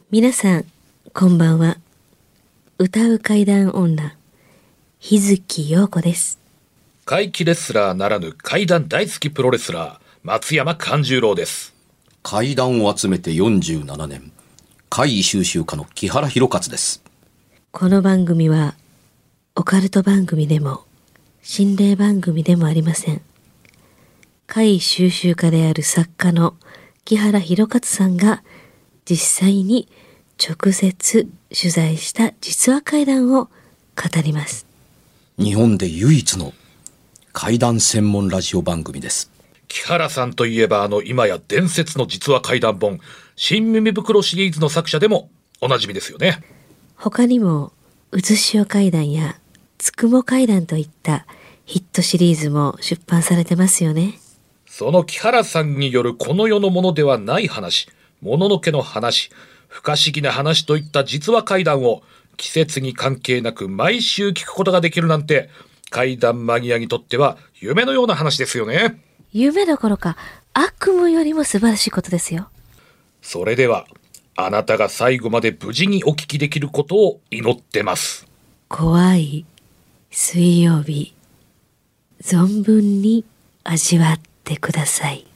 皆さんこんばんは。歌う怪談女日月陽子です。 怪奇レスラーならぬ怪談大好きプロレスラー松山勘十郎です。 怪談を集めて47年怪異収集家の木原博勝です。 この番組はオカルト番組でも心霊番組でもありません。怪異収集家である作家の木原博勝さんが実際に直接取材した実話怪談を語ります。 日本で唯一の怪談専門ラジオ番組です。 木原さんといえば今や伝説の実話怪談本新耳袋シリーズの作者でもおなじみですよね。 他にもうずしお怪談やつくも怪談といったヒットシリーズも出版されてますよね。 その木原さんによるこの世のものではない話、もののけの話、不可思議な話といった実話怪談を季節に関係なく毎週聞くことができるなんて怪談マニアにとっては夢のような話ですよね。 夢どころか悪夢よりも素晴らしいことですよ。 それではあなたが最後まで無事にお聞きできることを祈ってます。 怖い水曜日、存分に味わってください。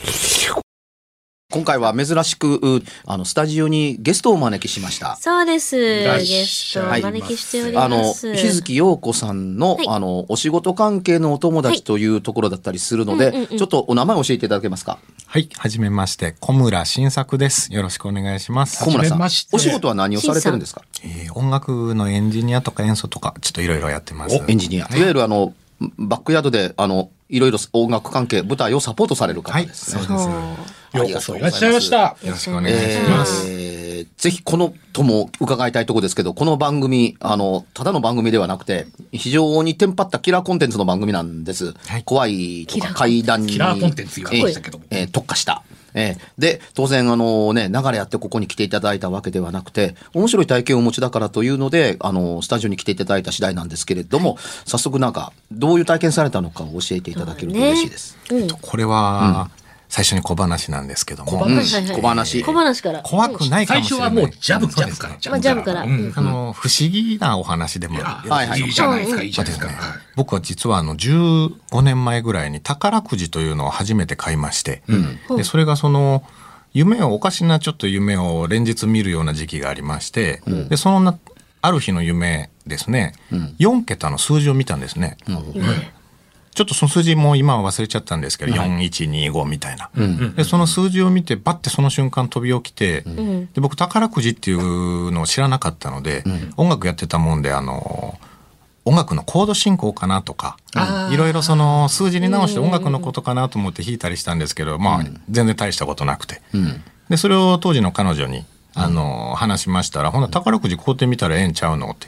今回は珍しくスタジオにゲストをお招きしました。 そうです。 らっゲしゃいませストをお招きしております。 日月陽子さんの、 はいお仕事関係のお友達というところだったりするので、ちょっとお名前を教えていただけますか。 はい、はじめまして、小村新作です。よろしくお願いします。 小村さん、 はじめましてお仕事は何をされてるんですか。 音楽のエンジニアとか演奏とか、ちょっといろいろやってます。 エンジニア、いわゆるバックヤードでいろいろ音楽関係舞台をサポートされる方ですね。 はい、そうです。 ようこそいらっしゃいました。 よろしくお願いします。 ぜひこのとも伺いたいところですけど、この番組ただの番組ではなくて非常にテンパったキラーコンテンツの番組なんです。 はい、 怖いとか怪談にキラーコンテンツ言われましたけども、 特化した。で当然流れあってここに来ていただいたわけではなくて、面白い体験をお持ちだからというのでスタジオに来ていただいた次第なんですけれども、早速なんかどういう体験されたのかを教えていただけると嬉しいです。 これは、最初に小話なんですけども、 小話から怖くないかもしれない。 最初はもうジャブから、 ジャブから、 不思議なお話でもいいじゃないですか、いいじゃないですか。 僕は実は15年前ぐらいに宝くじというのを初めて買いまして、でそれがおかしなちょっと夢を連日見るような時期がありまして、である日の夢ですね、4桁の数字を見たんですね。ちょっとその数字も今は忘れちゃったんですけど、4125みたいな、でその数字を見てバッてその瞬間飛び起きて、で僕宝くじっていうのを知らなかったので、音楽やってたもんで音楽のコード進行かなとか、いろいろその数字に直して音楽のことかなと思って弾いたりしたんですけど、全然大したことなくて、でそれを当時の彼女に話しましたら、ほんなら宝くじ買うてみたらええんちゃうのって、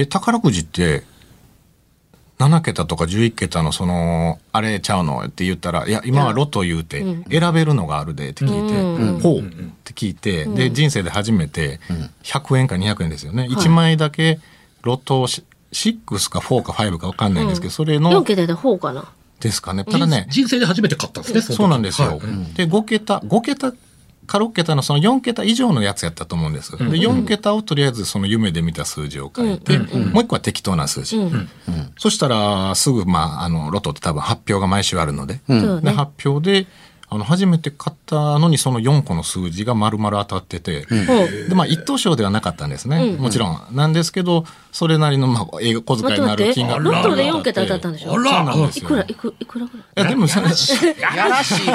宝くじって7桁とか11桁のあれちゃうのって言ったら、いや今はロト言うて選べるのがあるでって聞いて、ほうって聞いて、で人生で初めて100円か200円ですよね、1枚だけロト6か4か5か分かんないんですけど、それの 4桁で4かなですかね。ただね、 人生で初めて買ったんですね。 そうなんですよ。で5桁か6桁のその4桁以上のやつやったと思うんです。で4桁をとりあえずその夢で見た数字を書いて、もう一個は適当な数字。そしたらすぐロトって多分発表が毎週あるので、で発表で初めて買ったのにその4個の数字が丸々当たってて、で一等賞ではなかったんですね、もちろんなんですけど、それなりの小遣いになる金額ロットで4桁当たったんでしょ。 そうなんですよ。 いくらぐらい。 でもやらしい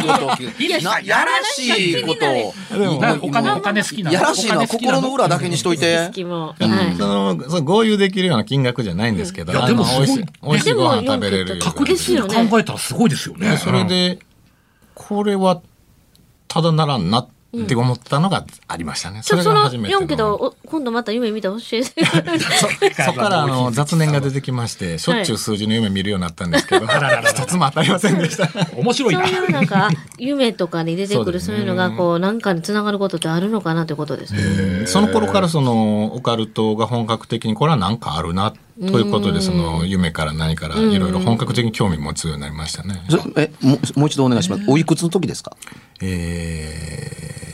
ことお金好きなやらしいのは心の裏だけにしといて。 合流できるような金額じゃないんですけど、 でも美味しいご飯食べれる。 確実に考えたらすごいですよね。 それでこれはただならんなって思ったのがありましたね。それが初めての。 4桁今度また夢見て教えて。 そこから雑念が出てきまして、しょっちゅう数字の夢見るようになったんですけど、一つも当たりませんでした。 面白いな。 そういうなんか夢とかに出てくるそういうのが何かにつながることってあるのかなということですね。 その頃からオカルトが本格的にこれは何かあるなということで、夢から何からいろいろ本格的に興味持つようになりましたね。 もう一度お願いします。おいくつの時ですか。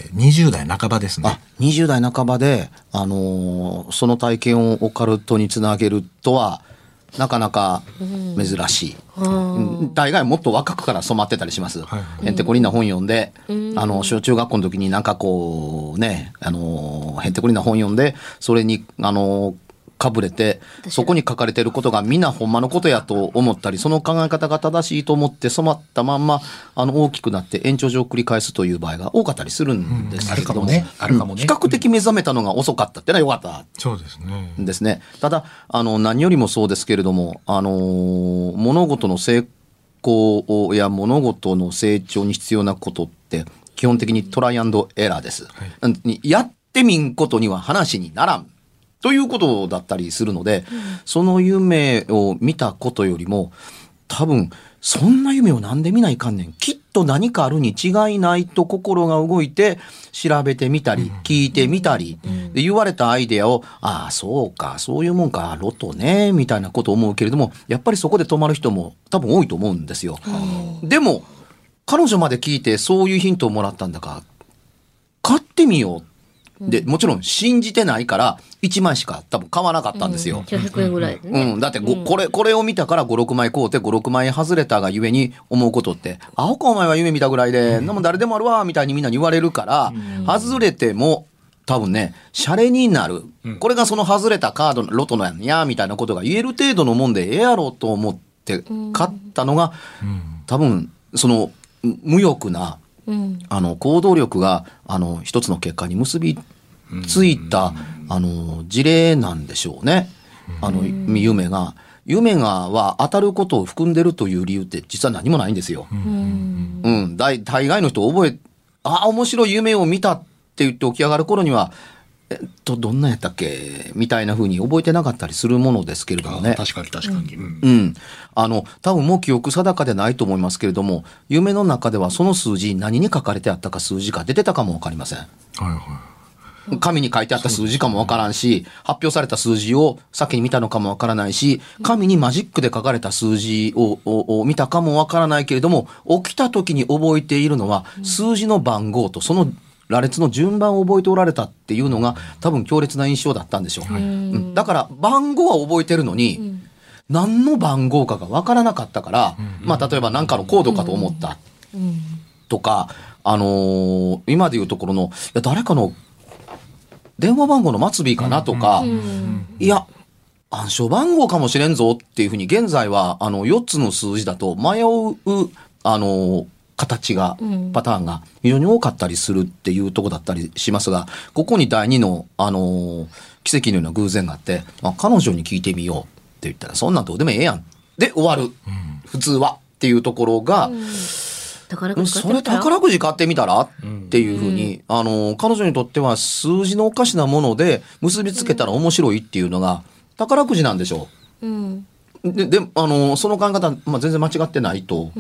20代半ばですね。 あ、20代半ばで、その体験をオカルトにつなげるとは、なかなか珍しい。大概もっと若くから染まってたりします。へんてこりんな本読んで、小中学校の時になんかこうね、へんてこりんな本読んで、それに、かぶれて、そこに書かれていることがみんなほんまのことやと思ったり、その考え方が正しいと思って染まったまんま、大きくなって延長上繰り返すという場合が多かったりするんですけれども、 あるかもね。 比較的目覚めたのが遅かったってのは良かった。 そうですね。 ですね。ただ、何よりもそうですけれども、物事の成功や物事の成長に必要なことって、基本的にトライアンドエラーです。やってみんことには話にならん。ということだったりするので、その夢を見たことよりも、多分、そんな夢をなんで見ないかんねん。きっと何かあるに違いないと心が動いて、調べてみたり、聞いてみたり、で言われたアイデアを、ああ、そうか、そういうもんか、ロトね、みたいなことを思うけれども、やっぱりそこで止まる人も多分多いと思うんですよ。でも、彼女まで聞いてそういうヒントをもらったんだから、買ってみよう。で、もちろん信じてないから1枚しか多分買わなかったんですよ。 100円ぐらいでね。 だってこれを見たから5、6枚買うて5、6枚外れたがゆえに思うことって、アホかお前は夢見たぐらいで、も誰でもあるわ、みたいにみんなに言われるから、外れても多分ね、シャレになる。これがその外れたカードのロトのやんや、みたいなことが言える程度のもんでええやろうと思って買ったのが、多分その無欲な、行動力が一つの結果に結びついた事例なんでしょうね。夢がは当たることを含んでるという理由って実は何もないんですよ。大概の人面白い夢を見たって言って起き上がる頃には、どんなやったっけみたいな風に覚えてなかったりするものですけれどもね。 確かに。 多分もう記憶定かでないと思いますけれども、夢の中ではその数字何に書かれてあったか数字が出てたかもわかりません。紙に書いてあった数字かもわからんし、発表された数字を先に見たのかもわからないし、紙にマジックで書かれた数字を見たかもわからないけれども、起きた時に覚えているのは数字の番号とその羅列の順番を覚えておられたっていうのが多分強烈な印象だったんでしょう。だから番号は覚えてるのに、何の番号かがわからなかったから、例えば何かのコードかと思ったとか、今でいうところの、誰かの電話番号の末尾かなとか、いや、暗証番号かもしれんぞっていうふうに、現在は4つの数字だと迷う、形が、パターンが非常に多かったりするっていうところだったりしますが、ここに第2の、奇跡のような偶然があって、彼女に聞いてみようって言ったら、そんなんどうでもええやん。で終わる。普通は。っていうところが、それ宝くじ買ってみたらっていうふうに、彼女にとっては数字のおかしなもので結びつけたら面白いっていうのが宝くじなんでしょう。でその考え方、全然間違ってないと、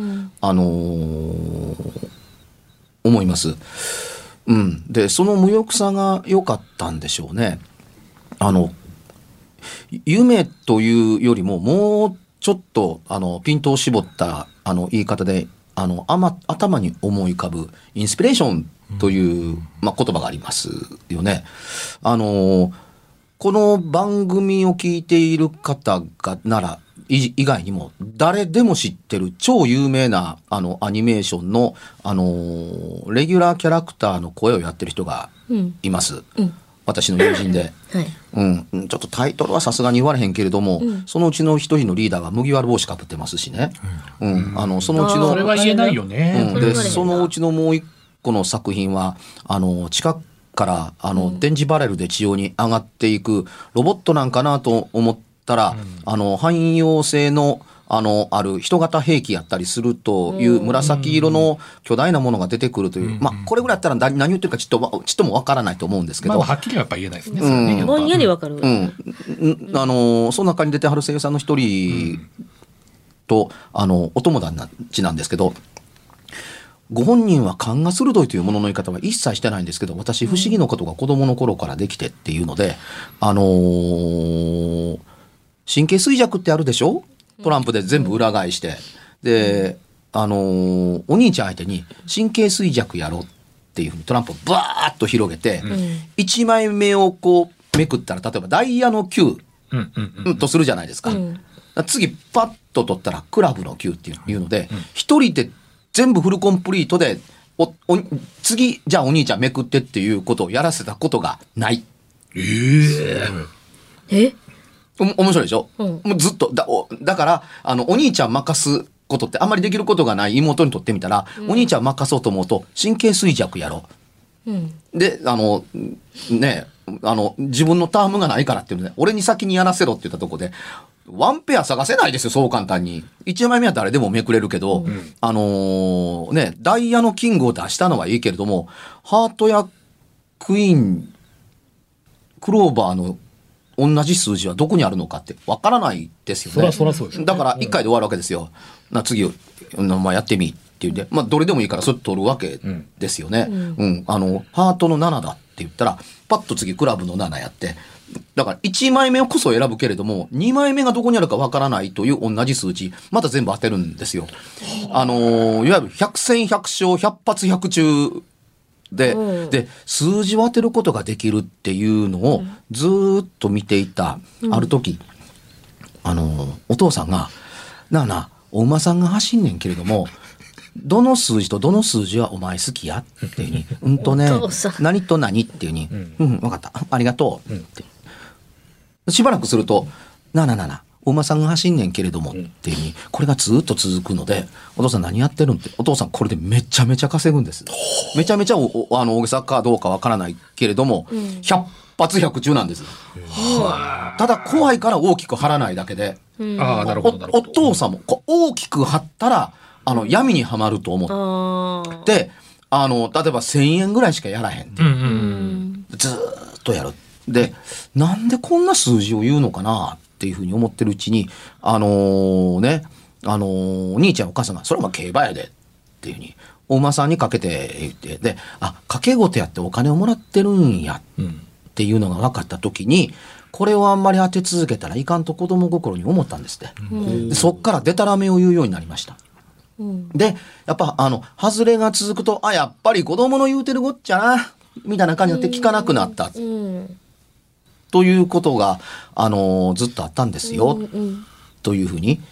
思います。で、その無欲さが良かったんでしょうね。夢というよりももうちょっとピントを絞った言い方で頭に思い浮かぶインスピレーションという、言葉がありますよね。この番組を聞いている方がなら以外にも誰でも知ってる超有名なアニメーションのレギュラーキャラクターの声をやってる人がいます。私の友人で、ちょっとタイトルはさすがに言われへんけれども、そのうちの一人のリーダーが麦わら帽子かぶってますしね。そのうちのそれは言えないよね。 でそのうちのもう一個の作品は地下から電磁バレルで地上に上がっていくロボットなんかなと思ったら、汎用性のある人型兵器やったりするという紫色の巨大なものが出てくるという、これぐらいだったら何言ってるかちょっともわからないと思うんですけど、 はっきりはやっぱ言えないですね。 ぼんやりわかる。 その中に出てはる声優さんの一人とお友達なんですけど、ご本人は勘が鋭いというものの言い方は一切してないんですけど、私不思議なことが子供の頃からできてっていうので、神経衰弱ってあるでしょ。トランプで全部裏返して、でお兄ちゃん相手に神経衰弱やろってっていうふうにトランプをバーッと広げて、1枚目をこうめくったら例えばダイヤの9とするじゃないですか。次パッと取ったらクラブの9っていうので、一人で全部フルコンプリートで次じゃあお兄ちゃんめくってっていうことをやらせたことがない。面白いでしょ、もうずっとだからお兄ちゃん任すことってあんまりできることがない妹にとってみたら、お兄ちゃん任そうと思うと神経衰弱やろ、で自分のタームがないからっていうので俺に先にやらせろって言ったとこでワンペア探せないですよ、そう簡単に。1枚目は誰でもめくれるけど、ダイヤのキングを出したのはいいけれども、ハートやクイーン、クローバーの同じ数字はどこにあるのかってわからないですよね。 そらそうですよね。 だから1回で終わるわけですよ。次、やってみって言って、どれでもいいからそれ取るわけですよね。ハートの7だって言ったら、パッと次クラブの7やって、だから1枚目をこそ選ぶけれども2枚目がどこにあるかわからないという同じ数字また全部当てるんですよ。いわゆる100戦100勝100発100中で数字を当てることができるっていうのをずーっと見ていた、ある時お父さんがなあなあお馬さんが走んねんけれどもどの数字とどの数字はお前好きやっていうに何と何っていうに分かったありがとうってしばらくするとなあなあなあなあお馬さんが走んねんけれどもっていうにこれがずっと続くのでお父さん何やってるんってお父さんこれでめちゃめちゃ稼ぐんです。めちゃめちゃ大げさかどうかわからないけれども100発100中なんです。ただ怖いから大きく張らないだけでお父さんも大きく張ったら闇にはまると思って例えば1000円ぐらいしかやらへんって、ずーっとやる。でなんでこんな数字を言うのかなっていうふうに思ってるうちにお兄ちゃんお母さんがそれは競馬やでっていうふうにお馬さんにかけて言ってで賭け事やってお金をもらってるんやっていうのが分かった時にこれをあんまり当て続けたらいかんと子供心に思ったんですって、でそっからデタラメを言うようになりました。でやっぱ外れが続くとやっぱり子供の言うてるごっちゃなみたいな感じになって聞かなくなった、ということがずっとあったんですよ、というふうに、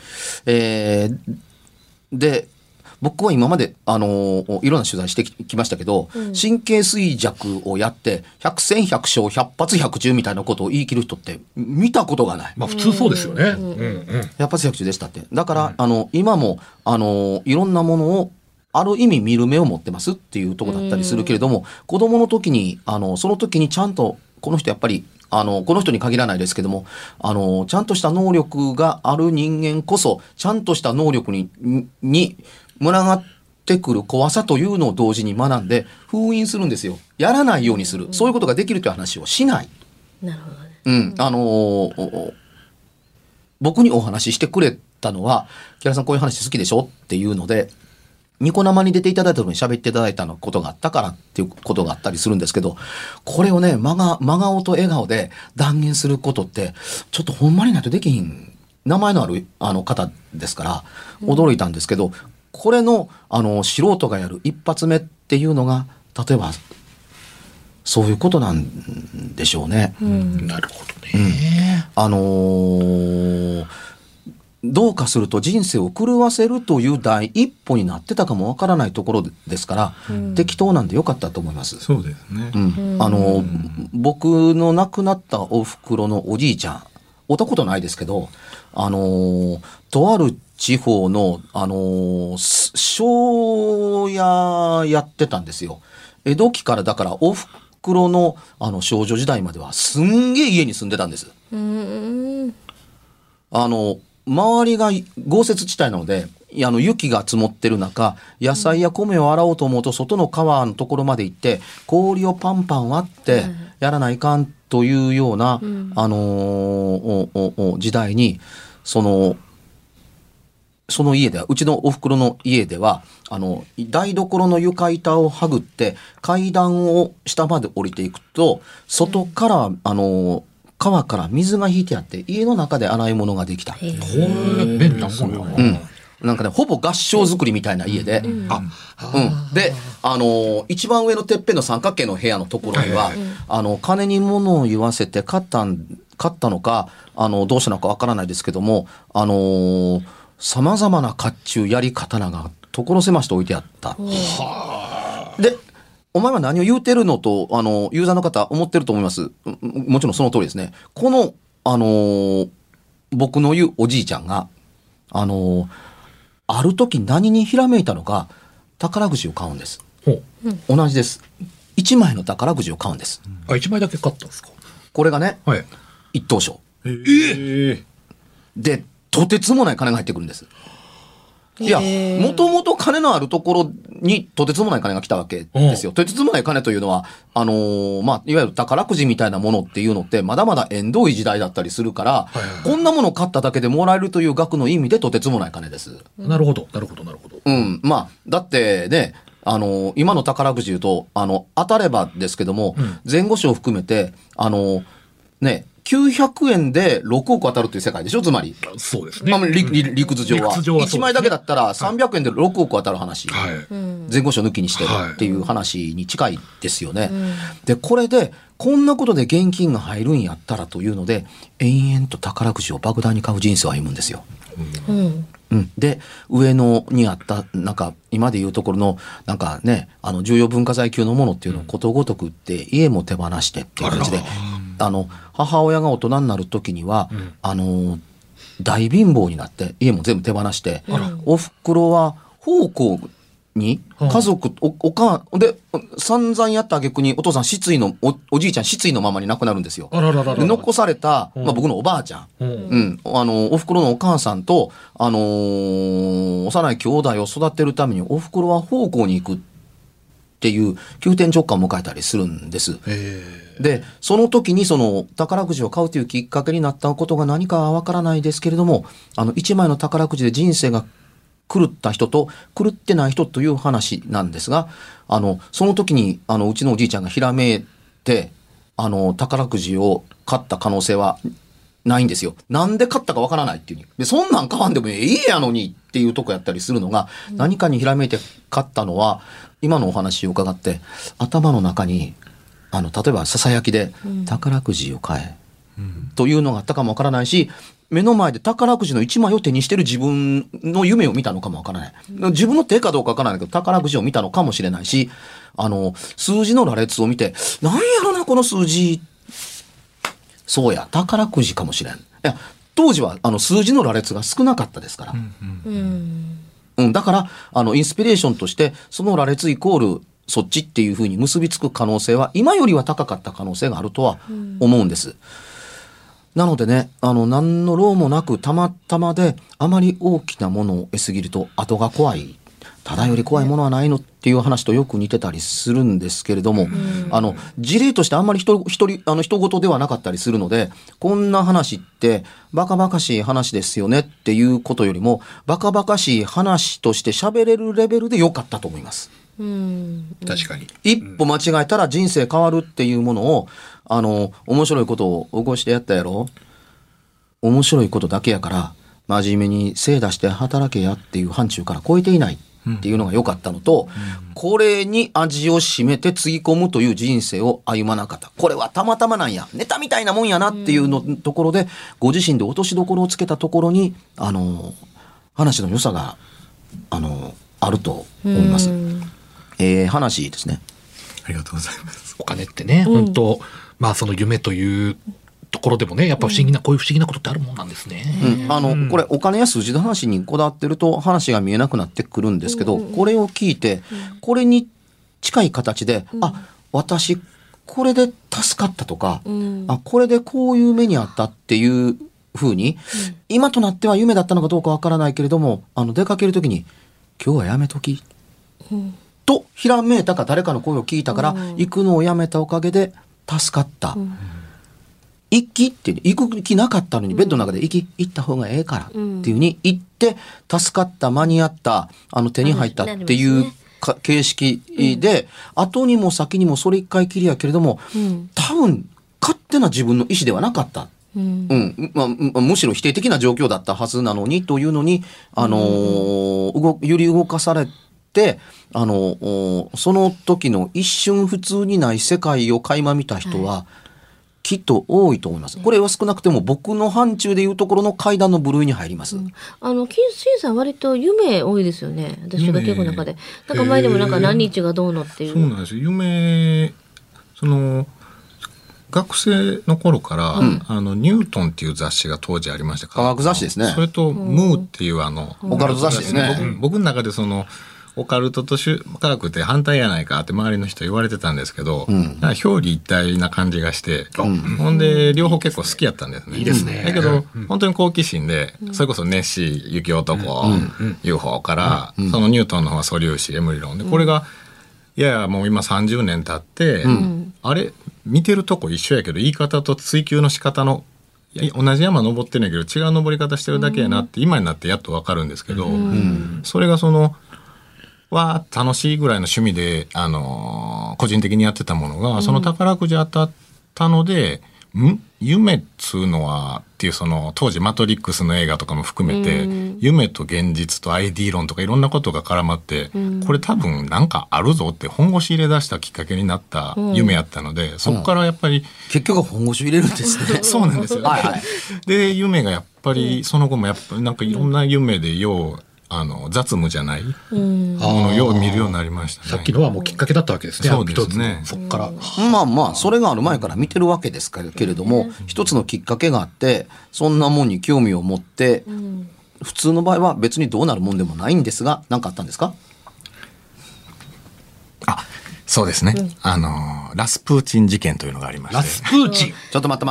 で僕は今までいろんな取材してきましたけど、神経衰弱をやって100戦100勝100発100中みたいなことを言い切る人って見たことがない。 普通そうですよね。 100発100中でしたって。だから、今もいろんなものをある意味見る目を持ってますっていうところだったりするけれども、子供の時にその時にちゃんとこの人やっぱりこの人に限らないですけどもちゃんとした能力がある人間こそちゃんとした能力に群がってくる怖さというのを同時に学んで封印するんですよ。やらないようにする、そういうことができるという話をしない。 なるほどね。 僕にお話ししてくれたのは木原さんこういう話好きでしょっていうのでニコ生に出ていただいた時に喋っていただいたことがあったからっていうことがあったりするんですけど、これをね真顔と笑顔で断言することってちょっとほんまにないとできひん名前のある方ですから驚いたんですけど、これの素人がやる一発目っていうのが例えばそういうことなんでしょうね。 なるほどね。 どうかすると人生を狂わせるという第一歩になってたかもわからないところですから、適当なんでよかったと思います。 そうですね。 僕の亡くなったお袋のおじいちゃん会ったことないですけどとある地方の庄屋やってたんですよ。江戸期からだからお袋の少女時代まではすんげえ家に住んでたんです。周りが豪雪地帯なので雪が積もってる中野菜や米を洗おうと思うと外の川のところまで行って氷をパンパン割ってやらないかんというような、時代にその家ではうちのお袋の家では台所の床板をはぐって階段を下まで降りていくと外から川から水が引いてあって家の中で洗い物ができた。 なんかね、ほぼ合掌造りみたいな家で、で、一番上のてっぺんの三角形の部屋のところには、金に物を言わせて買ったのか、どうしたのかわからないですけども、様々な甲冑、槍、刀が所狭しと置いてあった。で、お前は何を言うてるのと、ユーザーの方思ってると思います。もちろんその通りですね。この、僕の言うおじいちゃんが、ある時何にひらめいたのか、宝くじを買うんです。同じです。1枚の宝くじを買うんです。 あ、1枚だけ買ったんですか？ これがね、 はい。 一等賞。で、とてつもない金が入ってくるんです。いや、もともと金のあるところにとてつもない金が来たわけですよ。とてつもない金というのは、いわゆる宝くじみたいなものっていうのって、まだまだ縁遠い時代だったりするから、こんなものを買っただけでもらえるという額の意味でとてつもない金です。 なるほど、なるほど、なるほど。 だってね、今の宝くじ言うと、当たればですけども、前後賞を含めて、900円で6億当たるという世界でしょ、つまり。 そうですね。 理屈上は。1枚だけだったら300円で6億当たる話。前後賞抜きにしてっていう話に近いですよね。で、これで、こんなことで現金が入るんやったらというので、延々と宝くじを莫大に買う人生を歩むんですよ。で、上野にあった、なんか、今でいうところの、なんかね、重要文化財級のものっていうのをことごとくって、家も手放してっていう感じで、母親が大人になる時には、大貧乏になって、家も全部手放して、お袋は奉公に、家族、おかん、で、散々やった挙句に、お父さん失意の、おじいちゃん失意のままに亡くなるんですよ。で残された、僕のおばあちゃん、お袋のお母さんと、幼い兄弟を育てるために、お袋は奉公に行くっていう急転直下を迎えたりするんです。で、その時にその宝くじを買うというきっかけになったことが何かはわからないですけれども、1枚の宝くじで人生が狂った人と狂ってない人という話なんですが、その時にうちのおじいちゃんがひらめいて、宝くじを買った可能性はないんですよ。なんで買ったかわからないっていう。で、そんなん買わんでもいいやのにっていうとこやったりするのが、何かにひらめいて買ったのは、今のお話を伺って、頭の中に、例えばささやきで、宝くじを買え、というのがあったかもわからないし、目の前で宝くじの1枚を手にしてる自分の夢を見たのかもわからない。自分の手かどうかわからないけど、宝くじを見たのかもしれないし、数字の羅列を見て、なんやろな、この数字。そうや、宝くじかもしれん。いや、当時は数字の羅列が少なかったですから。だから、インスピレーションとして、その羅列イコール、そっちっていうふうに結びつく可能性は、今よりは高かった可能性があるとは思うんです。なのでね、何の労もなくたまたまで、あまり大きなものを得すぎると、後が怖い。ただより怖いものはないのっていう話とよく似てたりするんですけれども、事例としてあんまり人事ではなかったりするので、こんな話ってバカバカしい話ですよねっていうことよりも、バカバカしい話として喋れるレベルで良かったと思います。 確かに。 一歩間違えたら人生変わるっていうものを、面白いことを起こしてやったやろ。面白いことだけやから、真面目に精出して働けやっていう範疇から超えていないっていうのが良かったのと、これに味を占めてつぎ込むという人生を歩まなかった。これはたまたまなんや。ネタみたいなもんやなっていうのところで、ご自身で落としどころをつけたところに、話の良さが、あると思います。話ですね。 ありがとうございます。 お金ってね、本当その夢というところでもね、やっぱ不思議な、こういう不思議なことってあるもんなんですね。 これお金や数字の話にこだわってると話が見えなくなってくるんですけど、これを聞いて、これに近い形で、私これで助かったとか、これでこういう目にあったっていうふうに、今となっては夢だったのかどうかわからないけれども、出かけるときに今日はやめとき、とひらめいたか誰かの声を聞いたから、行くのをやめたおかげで助かった。行く気なかったのにベッドの中で行った方がええからっていう風に行って助かった、間に合った、手に入ったっていう形式で、後にも先にもそれ一回きりやけれども、多分勝手な自分の意思ではなかったっむしろ否定的な状況だったはずなのにというのに、揺り動かされて、その時の一瞬普通にない世界を垣間見た人は、きっと多いと思います。これは少なくても僕の範疇でいうところの怪談の部類に入ります。 金さん割と夢多いですよね。私の稽古の中で。なんか前でもなんか何日がどうのっていう。 そうなんですよ。夢、学生の頃から、ニュートンっていう雑誌が当時ありました。 科学雑誌ですね。 それと、ムーっていうオカルト雑誌ですね。 僕の中でオカルトと科学って反対やないかって周りの人言われてたんですけど、表裏一体な感じがして、ほんで両方結構好きやったんですね。 いいですね。 だけど、本当に好奇心で、それこそネッシー、雪男、UFO から、そのニュートンの方は素粒子、エム理論で、これが、いやもう今30年経って、あれ見てるとこ一緒やけど言い方と追求の仕方の同じ山登ってんねんけど違う登り方してるだけやなって今になってやっと分かるんですけど、それが楽しいぐらいの趣味で、個人的にやってたものが、その宝くじ当たったので、夢っつうのはっていう当時マトリックスの映画とかも含めて、夢と現実と ID 論とかいろんなことが絡まって、これ多分なんかあるぞって本腰入れ出したきっかけになった夢やったので、そこからやっぱり、 結局は本腰入れるんですね。 そうなんですよ。で夢がやっぱりその後もやっぱりなんかいろんな夢で雑務じゃないものをよう見るようになりましたね。 さっきのはもうきっかけだったわけですね。 そうですね。 そっから。 それがある前から見てるわけですけれども、一つのきっかけがあって、そんなもんに興味を持って、普通の場合は別にどうなるもんでもないんですが、何かあったんですか？ そうですね。ラスプーチン事件というのがありまして。 ラスプーチン。 ちょっと待った。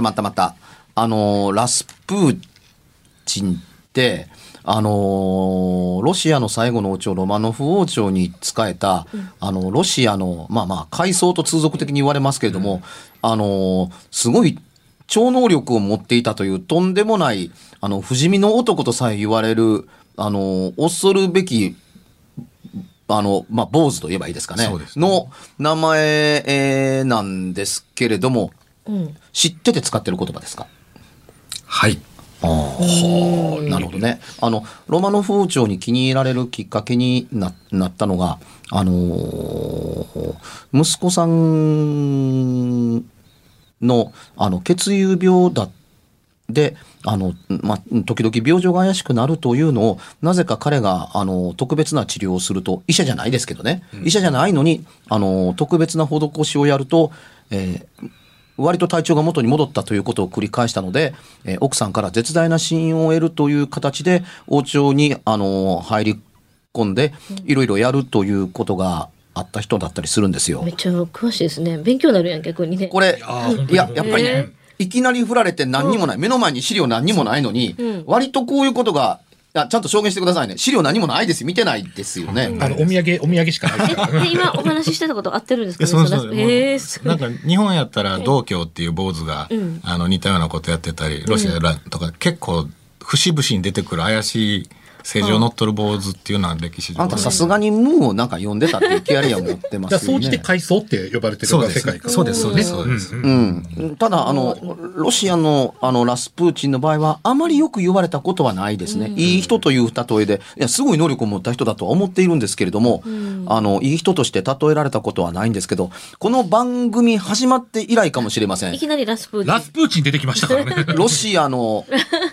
ラスプーチンって、ロシアの最後の王朝ロマノフ王朝に仕えた、ロシアの階層と通俗的に言われますけれども、すごい超能力を持っていたというとんでもない不死身の男とさえ言われる恐るべき坊主と言えばいいですかね、の名前、なんですけれども、知ってて使ってる言葉ですか？ はい。 なるほどね。ロマノフ王朝に気に入られるきっかけになったのが、息子さんの血友病で時々病状が怪しくなるというのを、なぜか彼が特別な治療をすると、医者じゃないですけどね、医者じゃないのに特別な施しをやると、割と体調が元に戻ったということを繰り返したので、奥さんから絶大な信用を得るという形で王朝に入り込んでいろいろやるということがあった人だったりするんですよ。 めっちゃ詳しいですね。勉強になるやん、逆にね。 これやっぱりね、いきなり振られて何にもない、目の前に資料何にもないのに、割とこういうことがちゃんと証言してくださいね。資料何もないです。見てないですよね。 お土産しかない。 今お話ししてたこと合ってるんですか？ そうなんか日本やったら道教っていう坊主が似たようなことやってたり、ロシアとか結構節々に出てくる怪しい政治を乗っ取る坊主っていうのは歴史上。 あんたさすがにムーをなんか読んでたっていう気ありは持ってますよね。 総じて階層って呼ばれてる世界観。 そうです。 ただロシアのラスプーチンの場合はあまりよく言われたことはないですね。いい人という例えで、すごい能力を持った人だとは思っているんですけれども、いい人として例えられたことはないんですけど、この番組始まって以来かもしれません。 いきなりラスプーチン出てきましたからね。 ロシアの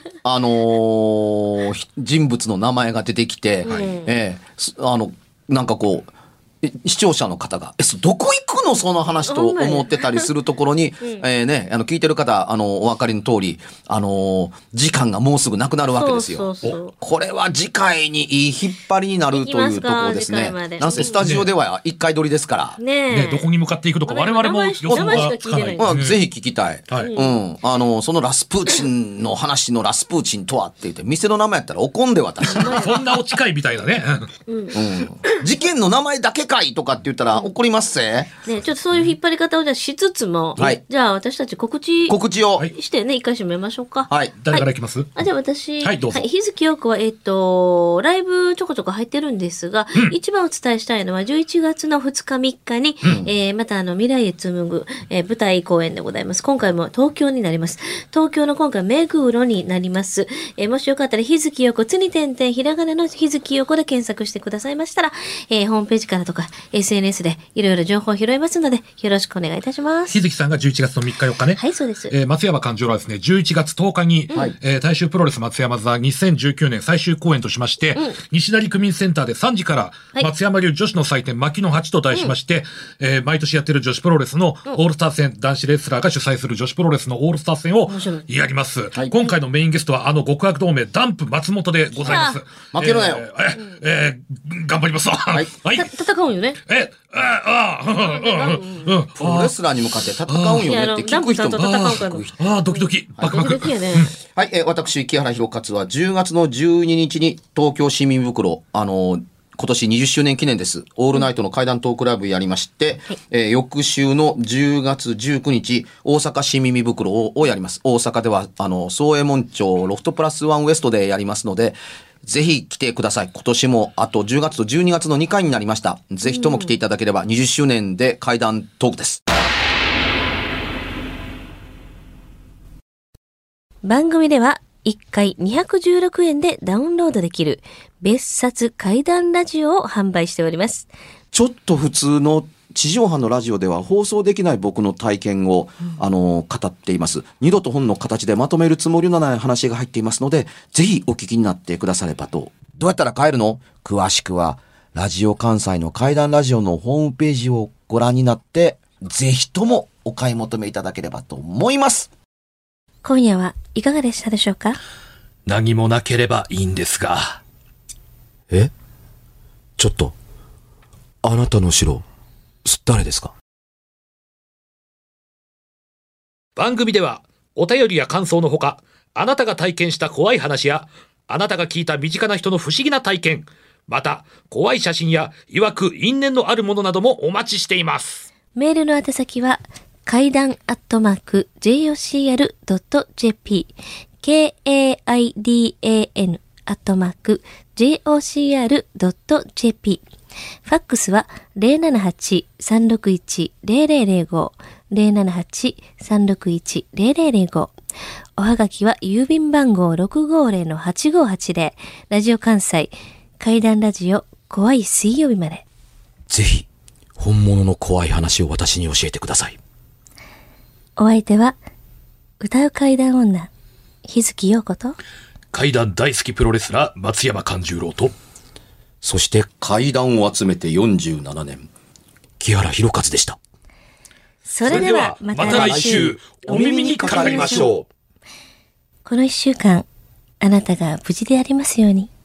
人物の名前が出てきて、なんかこう視聴者の方がどこ行くのその話と思ってたりするところに、聞いてる方お分かりの通り時間がもうすぐなくなるわけですよ。これは次回にいい引っ張りになるというところですね。なんせスタジオでは1回撮りですからね、どこに向かっていくとか我々も予想がつかない。 ぜひ聞きたい。そのラスプーチンの話のラスプーチンとはって言って店の名前やったら怒んで私。 そんなお近いみたいなね。 事件の名前だけかいとかって言ったら怒りますぜ。 ね、ちょっとそういう引っ張り方をじゃあしつつも、 はいじゃあ私たち告知を。 してね、一回締めましょうか。 はい。 誰からいきます？ じゃあ私、 はい、どうぞ。 日月陽子は、ライブちょこちょこ入ってるんですが、一番お伝えしたいのは11月の2日3日に、また未来へ紡ぐ、舞台公演でございます。今回も東京になります。東京の今回目黒になります。もしよかったら日月陽子つに点々ひらがなの日月陽子で検索してくださいましたら、ホームページからとか SNS でいろいろ情報を拾いますのでよろしくお願いいたします。 日月さんが11月の3日4日ね。 はい、そうです。 松山勘十郎はですね、11月10日に、大衆プロレス松山座2019年最終公演としまして、西成区民センターで3時から松山流女子の祭典牧の8と題しまして、毎年やってる女子プロレスのオールスター戦、男子レスラーが主催する女子プロレスのオールスター戦をやります。今回のメインゲストは極悪同盟ダンプ松本でございます。 負けるなよ。 頑張ります。はい。 戦うんよね。 プロレスラーに向かって戦うんよねって聞く人も。 ドキドキ。バクバク。 はい、私、木原弘勝は10月の12日に東京市民袋、今年20周年記念です。オールナイトの怪談トークライブやりまして、翌週の10月19日、大阪市民袋をやります。大阪では、宗右衛門町ロフトプラスワンウエストでやりますので、ぜひ来てください。今年もあと10月と12月の2回になりました。ぜひとも来ていただければ20周年で怪談トークです。 番組では1回216円でダウンロードできる別冊怪談ラジオを販売しております。 ちょっと普通の地上波のラジオでは放送できない僕の体験を、語っています。二度と本の形でまとめるつもりのない話が入っていますので、ぜひお聞きになってくださればと。どうやったら帰るの？詳しくは、ラジオ関西の怪談ラジオのホームページをご覧になって、ぜひともお買い求めいただければと思います。 今夜はいかがでしたでしょうか？ 何もなければいいんですが。 ちょっと、あなたの城、誰ですか？ 番組ではお便りや感想のほか、あなたが体験した怖い話やあなたが聞いた身近な人の不思議な体験、また怖い写真や曰く因縁のあるものなどもお待ちしています。 メールの宛先は怪談@jocr.jp KAIDAN@jocr.jp ファックスは 078-361-0005 078-361-0005 おはがきは郵便番号 650-8580 ラジオ関西怪談ラジオ怖い水曜日まで。 ぜひ本物の怖い話を私に教えてください。 お相手は歌う怪談女日月陽子と怪談大好きプロレスラー松山勘十郎と、 そして怪談を集めて47年木原弘勝でした。 それではまた来週お耳にかかりましょう。 この1週間あなたが無事でありますように。